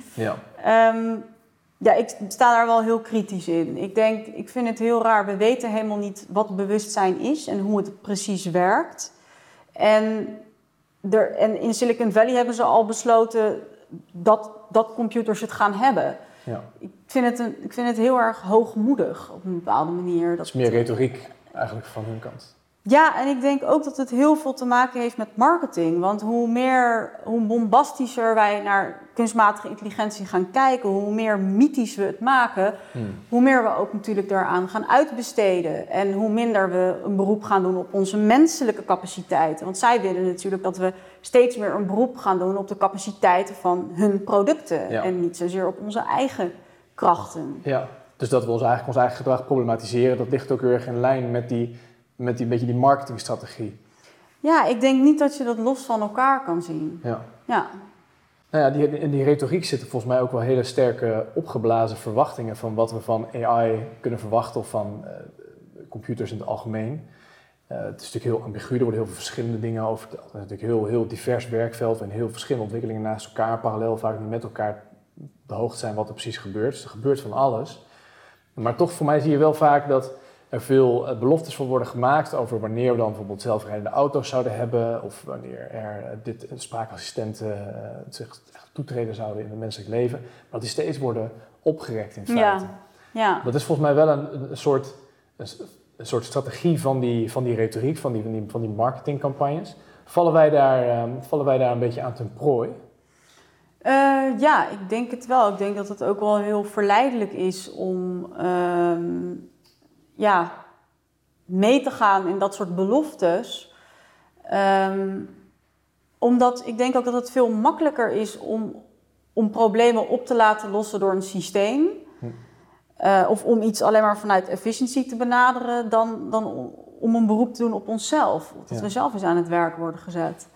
Ik sta daar wel heel kritisch in. Ik vind het heel raar. We weten helemaal niet wat bewustzijn is en hoe het precies werkt. En in Silicon Valley hebben ze al besloten dat computers het gaan hebben. Ja. Ik vind het heel erg hoogmoedig op een bepaalde manier. Dat is meer retoriek eigenlijk van hun kant. Ja, en ik denk ook dat het heel veel te maken heeft met marketing. Want hoe bombastischer wij naar kunstmatige intelligentie gaan kijken, hoe meer mythisch we het maken, hoe meer we ook natuurlijk daaraan gaan uitbesteden. En hoe minder we een beroep gaan doen op onze menselijke capaciteiten. Want zij willen natuurlijk dat we steeds meer een beroep gaan doen op de capaciteiten van hun producten. Ja. En niet zozeer op onze eigen krachten. Ja, dus dat we ons eigen gedrag problematiseren, dat ligt ook heel erg in lijn met een beetje die marketingstrategie. Ja, ik denk niet dat je dat los van elkaar kan zien. Ja. Nou ja, in die retoriek zitten volgens mij ook wel hele sterke opgeblazen verwachtingen van wat we van AI kunnen verwachten of van computers in het algemeen. Het is natuurlijk heel ambigu, er worden heel veel verschillende dingen over verteld. Het is natuurlijk heel, heel divers werkveld en heel verschillende ontwikkelingen naast elkaar, parallel vaak niet met elkaar op de hoogte zijn wat er precies gebeurt. Dus er gebeurt van alles. Maar toch, voor mij zie je wel vaak dat er veel beloftes van worden gemaakt over wanneer we dan bijvoorbeeld zelfrijdende auto's zouden hebben of wanneer spraakassistenten zich toetreden zouden in het menselijk leven. Maar dat die steeds worden opgerekt in feite. Ja. Dat is volgens mij wel een soort een soort strategie van die retoriek, van die marketingcampagnes. Vallen wij daar een beetje aan ten prooi? Ja, ik denk het wel. Ik denk dat het ook wel heel verleidelijk is om mee te gaan in dat soort beloftes. Omdat ik denk ook dat het veel makkelijker is om problemen op te laten lossen door een systeem. Of om iets alleen maar vanuit efficiëntie te benaderen dan om een beroep te doen op onszelf. Dat we zelf eens aan het werk worden gezet.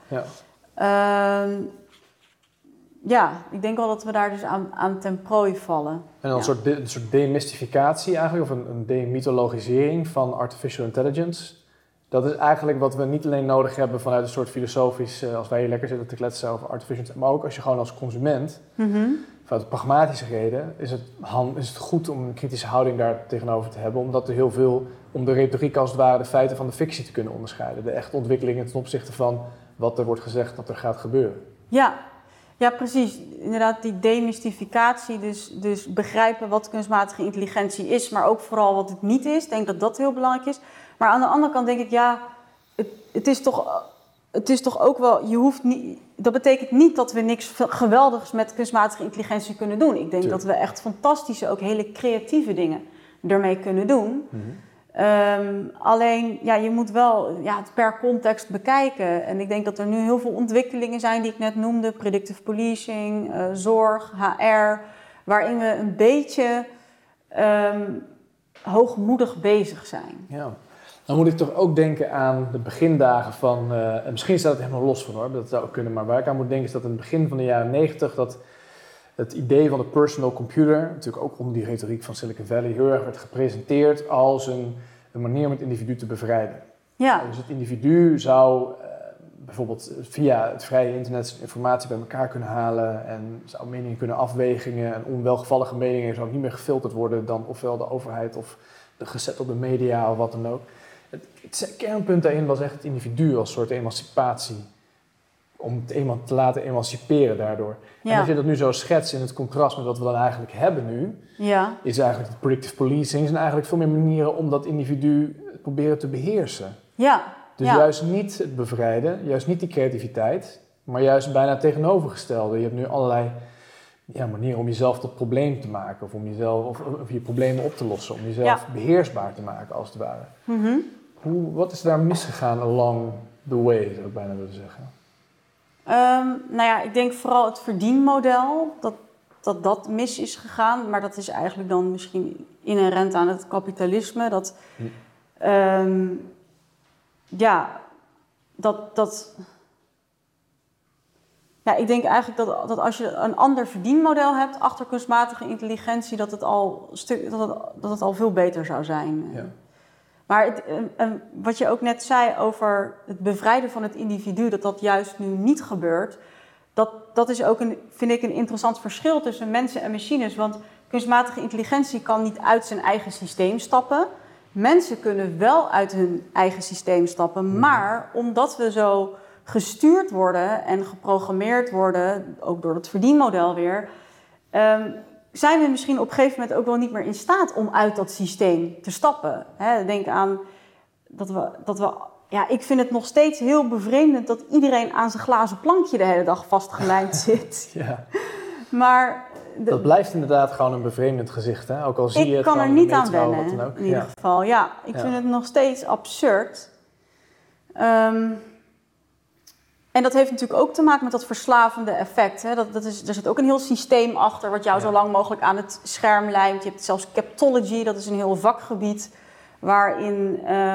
Ja. Ik denk wel dat we daar dus aan ten prooi vallen. En dan een soort demystificatie eigenlijk, of een demythologisering van artificial intelligence. Dat is eigenlijk wat we niet alleen nodig hebben vanuit een soort filosofisch, als wij hier lekker zitten te kletsen over artificial intelligence, maar ook als je gewoon als consument, vanuit pragmatische reden, is het goed om een kritische houding daar tegenover te hebben, omdat er heel veel, om de retoriek als het ware, de feiten van de fictie te kunnen onderscheiden. De echte ontwikkelingen ten opzichte van wat er wordt gezegd dat er gaat gebeuren. Ja, precies. Inderdaad, die demystificatie, dus begrijpen wat kunstmatige intelligentie is, maar ook vooral wat het niet is. Ik denk dat dat heel belangrijk is. Maar aan de andere kant denk ik, het is toch ook wel, je hoeft niet, dat betekent niet dat we niks geweldigs met kunstmatige intelligentie kunnen doen. Ik denk dat we echt fantastische, ook hele creatieve dingen ermee kunnen doen. Alleen, je moet wel het per context bekijken. En ik denk dat er nu heel veel ontwikkelingen zijn die ik net noemde. Predictive policing, zorg, HR. Waarin we een beetje hoogmoedig bezig zijn. Ja. Dan moet ik toch ook denken aan de begindagen van... misschien staat het helemaal los van hoor, dat zou ook kunnen. Maar waar ik aan moet denken is dat in het begin van de jaren 90... dat het idee van de personal computer, natuurlijk ook onder die retoriek van Silicon Valley, heel erg werd gepresenteerd als een manier om het individu te bevrijden. Ja. Dus het individu zou bijvoorbeeld via het vrije internet informatie bij elkaar kunnen halen en zou meningen kunnen afwegingen en onwelgevallige meningen zou niet meer gefilterd worden dan ofwel de overheid of gezet op de media of wat dan ook. Het kernpunt daarin was echt het individu als soort emancipatie. Om het iemand te laten emanciperen daardoor. Ja. En als je dat nu zo schetst in het contrast met wat we dan eigenlijk hebben nu, is eigenlijk het predictive policing zijn eigenlijk veel meer manieren om dat individu proberen te beheersen. Ja. Dus juist niet het bevrijden, juist niet die creativiteit, maar juist bijna het tegenovergestelde. Je hebt nu allerlei manieren om jezelf tot probleem te maken of om jezelf of je problemen op te lossen, om jezelf beheersbaar te maken als het ware. Wat is daar misgegaan along the way, zou ik bijna willen zeggen? Ik denk vooral het verdienmodel, dat mis is gegaan. Maar dat is eigenlijk dan misschien inherent aan het kapitalisme. Ik denk eigenlijk dat als je een ander verdienmodel hebt achter kunstmatige intelligentie, dat het al veel beter zou zijn. Ja. Maar wat je ook net zei over het bevrijden van het individu, dat juist nu niet gebeurt, dat is ook vind ik een interessant verschil tussen mensen en machines. Want kunstmatige intelligentie kan niet uit zijn eigen systeem stappen. Mensen kunnen wel uit hun eigen systeem stappen, maar omdat we zo gestuurd worden en geprogrammeerd worden, ook door het verdienmodel weer, zijn we misschien op een gegeven moment ook wel niet meer in staat om uit dat systeem te stappen. Denk aan ik vind het nog steeds heel bevreemdend dat iedereen aan zijn glazen plankje de hele dag vastgelijmd zit. Ja. Maar dat blijft inderdaad gewoon een bevreemdend gezicht, hè? Ook al zie je het kan gewoon er niet aan wennen, wennen, in ieder geval. Ja, ik vind het nog steeds absurd. En dat heeft natuurlijk ook te maken met dat verslavende effect. Hè? Er zit ook een heel systeem achter wat jou zo lang mogelijk aan het scherm lijmt. Je hebt zelfs captology, dat is een heel vakgebied waarin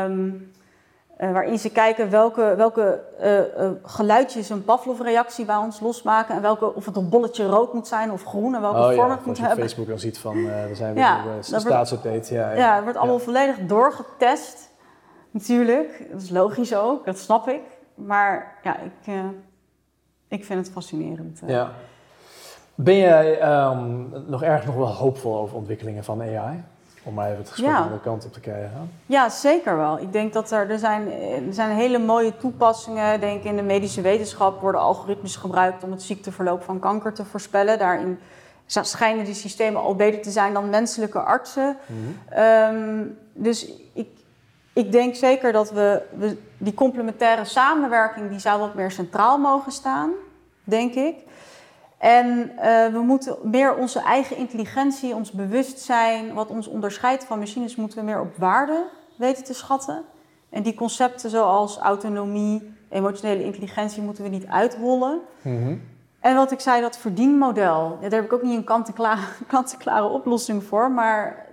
ze kijken welke geluidjes een Pavlov-reactie bij ons losmaken en of het een bolletje rood moet zijn of groen en welke vorm het moet hebben. Als je Facebook dan ziet van, er zijn weer staatsupdate. Ja, het wordt allemaal volledig doorgetest, natuurlijk. Dat is logisch ook, dat snap ik. Maar ik vind het fascinerend. Ja. Ben jij nog wel hoopvol over ontwikkelingen van AI? Om maar even het gesprek aan de kant op te krijgen. Ja, zeker wel. Ik denk dat er zijn hele mooie toepassingen. Ik denk in de medische wetenschap worden algoritmes gebruikt om het ziekteverloop van kanker te voorspellen. Daarin schijnen die systemen al beter te zijn dan menselijke artsen. Dus ik denk zeker dat we die complementaire samenwerking, die zou wat meer centraal mogen staan, denk ik. En we moeten meer onze eigen intelligentie, ons bewustzijn, wat ons onderscheidt van machines, moeten we meer op waarde weten te schatten. En die concepten zoals autonomie, emotionele intelligentie moeten we niet uithollen. Mm-hmm. En wat ik zei, dat verdienmodel, daar heb ik ook niet een kant-en-klare oplossing voor, maar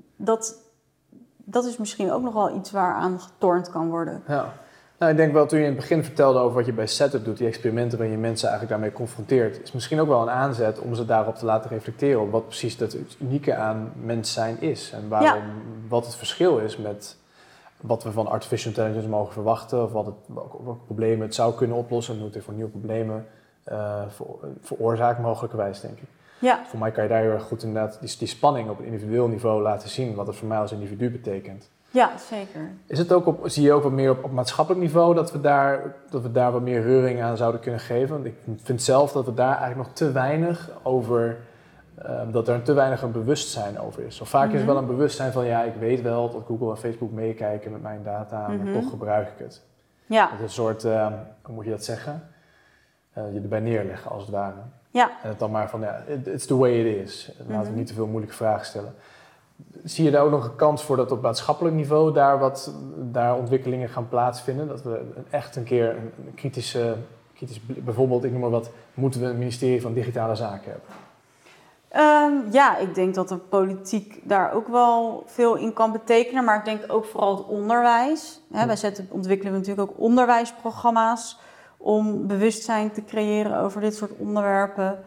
dat is misschien ook nog wel iets waaraan getornd kan worden. Ja. Nou, ik denk wel, toen je in het begin vertelde over wat je bij Setup doet, die experimenten waarin je mensen eigenlijk daarmee confronteert, is misschien ook wel een aanzet om ze daarop te laten reflecteren op wat precies het unieke aan mens zijn is. En waarom, wat het verschil is met wat we van artificial intelligence mogen verwachten, of welke problemen het zou kunnen oplossen en hoe het voor nieuwe problemen veroorzaakt mogelijkerwijs, denk ik. Ja. Voor mij kan je daar heel erg goed inderdaad die spanning op een individueel niveau laten zien, wat het voor mij als individu betekent. Ja, zeker. Is het ook zie je ook wat meer op maatschappelijk niveau dat we daar wat meer reuring aan zouden kunnen geven? Want ik vind zelf dat we daar eigenlijk nog te weinig over, dat er te weinig een bewustzijn over is. Of vaak is er wel een bewustzijn van, ja, ik weet wel dat Google en Facebook meekijken met mijn data, maar toch gebruik ik het. Ja. Dat is een soort, hoe moet je dat zeggen? Je erbij neerleggen als het ware. Ja. En het dan maar van, ja, it's the way it is. Laten we niet te veel moeilijke vragen stellen. Zie je daar ook nog een kans voor dat op maatschappelijk niveau daar ontwikkelingen gaan plaatsvinden? Dat we echt een keer een kritisch, bijvoorbeeld, ik noem maar wat, moeten we een ministerie van Digitale Zaken hebben? Ja, ik denk dat de politiek daar ook wel veel in kan betekenen, maar ik denk ook vooral het onderwijs. Bij Setup ontwikkelen we natuurlijk ook onderwijsprogramma's om bewustzijn te creëren over dit soort onderwerpen.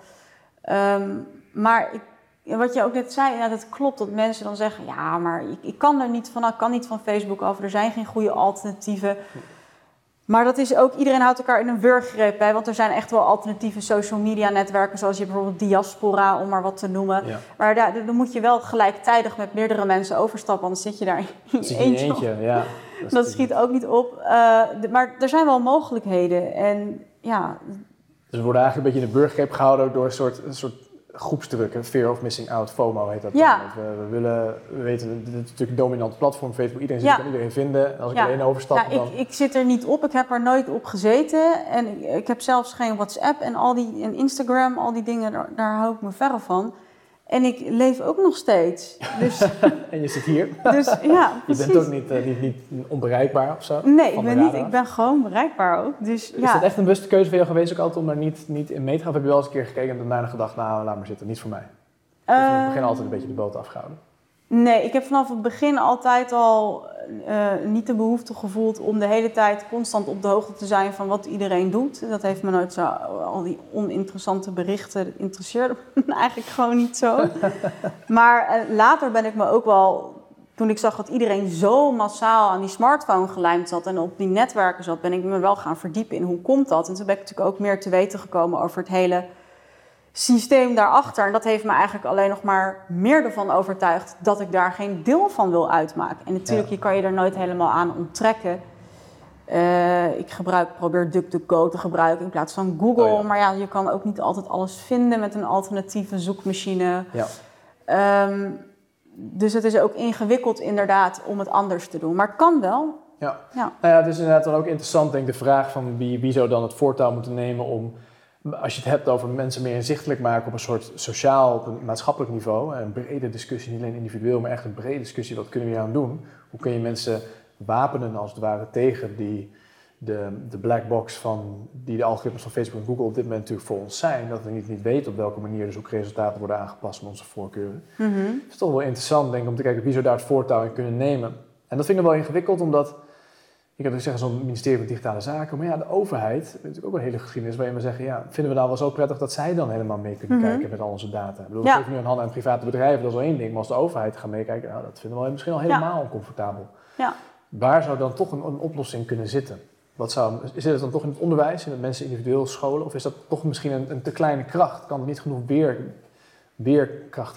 Maar wat je ook net zei, ja, dat klopt, dat mensen dan zeggen, ja, maar ik kan er niet van, ik kan niet van Facebook af, er zijn geen goede alternatieven. Maar dat is ook, iedereen houdt elkaar in een wurggreep, hè, want er zijn echt wel alternatieve social media netwerken, zoals je bijvoorbeeld Diaspora, om maar wat te noemen. Ja. Maar dan moet je wel gelijktijdig met meerdere mensen overstappen, anders zit je daar in je eentje. Ja. Dat schiet ook niet op. Maar er zijn wel mogelijkheden. En, ja. Dus we worden eigenlijk een beetje in de wurggreep gehouden door een soort groepsdruk, fear of missing out, FOMO heet dat. Ja. We weten, dit is natuurlijk een dominant platform, Facebook, iedereen kan iedereen vinden. En als ik alleen overstap, dan... Ik zit er niet op, ik heb er nooit op gezeten. En ik heb zelfs geen WhatsApp en Instagram, al die dingen, daar hou ik me verre van. En ik leef ook nog steeds. Dus, en je zit hier. Dus, ja, je bent ook niet onbereikbaar of zo? Nee, ik ben gewoon bereikbaar ook. Dus, is dat echt een bewuste keuze voor jou geweest ook altijd om daar niet in mee te gaan? Of heb je wel eens een keer gekeken en daarna gedacht, nou, laat maar zitten, niet voor mij? Of heb je in het begin altijd een beetje de boot afgehouden? Nee, ik heb vanaf het begin altijd al niet de behoefte gevoeld om de hele tijd constant op de hoogte te zijn van wat iedereen doet. Dat heeft me nooit zo, al die oninteressante berichten, dat interesseerde me eigenlijk gewoon niet zo. Maar later ben ik me ook wel, toen ik zag dat iedereen zo massaal aan die smartphone gelijmd zat en op die netwerken zat, ben ik me wel gaan verdiepen in hoe komt dat. En toen ben ik natuurlijk ook meer te weten gekomen over het hele systeem daarachter. En dat heeft me eigenlijk alleen nog maar meer ervan overtuigd dat ik daar geen deel van wil uitmaken. En natuurlijk, je kan je er nooit helemaal aan onttrekken. Ik probeer DuckDuckGo te gebruiken in plaats van Google. Oh ja. Maar ja, je kan ook niet altijd alles vinden met een alternatieve zoekmachine. Ja. Dus het is ook ingewikkeld inderdaad om het anders te doen. Maar het kan wel. Ja. Nou ja, het is inderdaad dan ook interessant, denk ik, de vraag van wie zou dan het voortouw moeten nemen om, als je het hebt over mensen meer inzichtelijk maken op een soort sociaal, op een maatschappelijk niveau, een brede discussie, niet alleen individueel, maar echt een brede discussie, wat kunnen we hier aan doen? Hoe kun je mensen wapenen als het ware tegen de black box die de algoritmes van Facebook en Google op dit moment natuurlijk voor ons zijn, dat we niet weten op welke manier de zoekresultaten worden aangepast met onze voorkeuren. Mm-hmm. Het is toch wel interessant, denk ik, om te kijken wie zou daar het voortouw in kunnen nemen. En dat vind ik wel ingewikkeld, omdat ik heb dus zeggen zo'n ministerie van Digitale Zaken, maar ja, de overheid, dat is natuurlijk ook een hele geschiedenis waarin we zeggen, ja, vinden we nou wel zo prettig dat zij dan helemaal mee kunnen kijken met al onze data. Ik bedoel, we geven nu een hand aan private bedrijven, dat is wel één ding, maar als de overheid gaat meekijken, nou, dat vinden we misschien al helemaal oncomfortabel. Ja. Waar zou dan toch een oplossing kunnen zitten? Is het dan toch in het onderwijs, in het mensen individueel scholen, of is dat toch misschien een te kleine kracht? Kan het niet genoeg weerkracht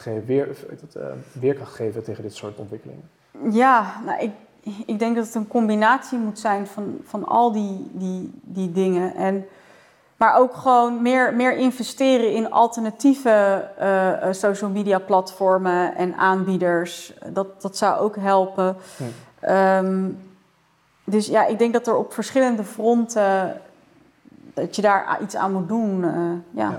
geven tegen dit soort ontwikkelingen? Ja, nou, ik denk dat het een combinatie moet zijn van al die dingen. Maar ook gewoon meer investeren in alternatieve social media platformen en aanbieders. Dat zou ook helpen. Dus ja, ik denk dat er op verschillende fronten, dat je daar iets aan moet doen. Ja.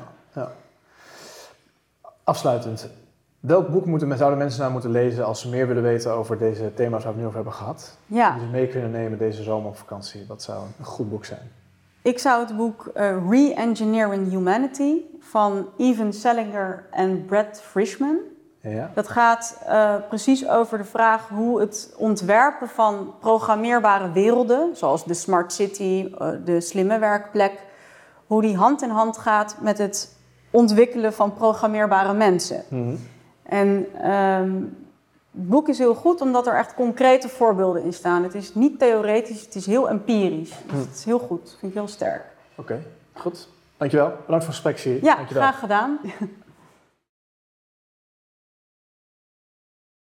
Afsluitend, welk boek zouden mensen nou moeten lezen als ze meer willen weten over deze thema's waar we het nu over hebben gehad? Ja. Die ze mee kunnen nemen deze zomer op vakantie. Wat zou een goed boek zijn? Ik zou het boek Re-Engineering Humanity van Evan Selinger en Brett Frischman. Ja. Dat gaat precies over de vraag hoe het ontwerpen van programmeerbare werelden, zoals de smart city, de slimme werkplek, hoe die hand in hand gaat met het ontwikkelen van programmeerbare mensen. Mm-hmm. En het boek is heel goed omdat er echt concrete voorbeelden in staan. Het is niet theoretisch, het is heel empirisch. Dus het is heel goed, vind ik heel sterk. Oké, goed. Dankjewel. Bedankt voor het gesprek, Siri. Ja, Dankjewel. graag gedaan.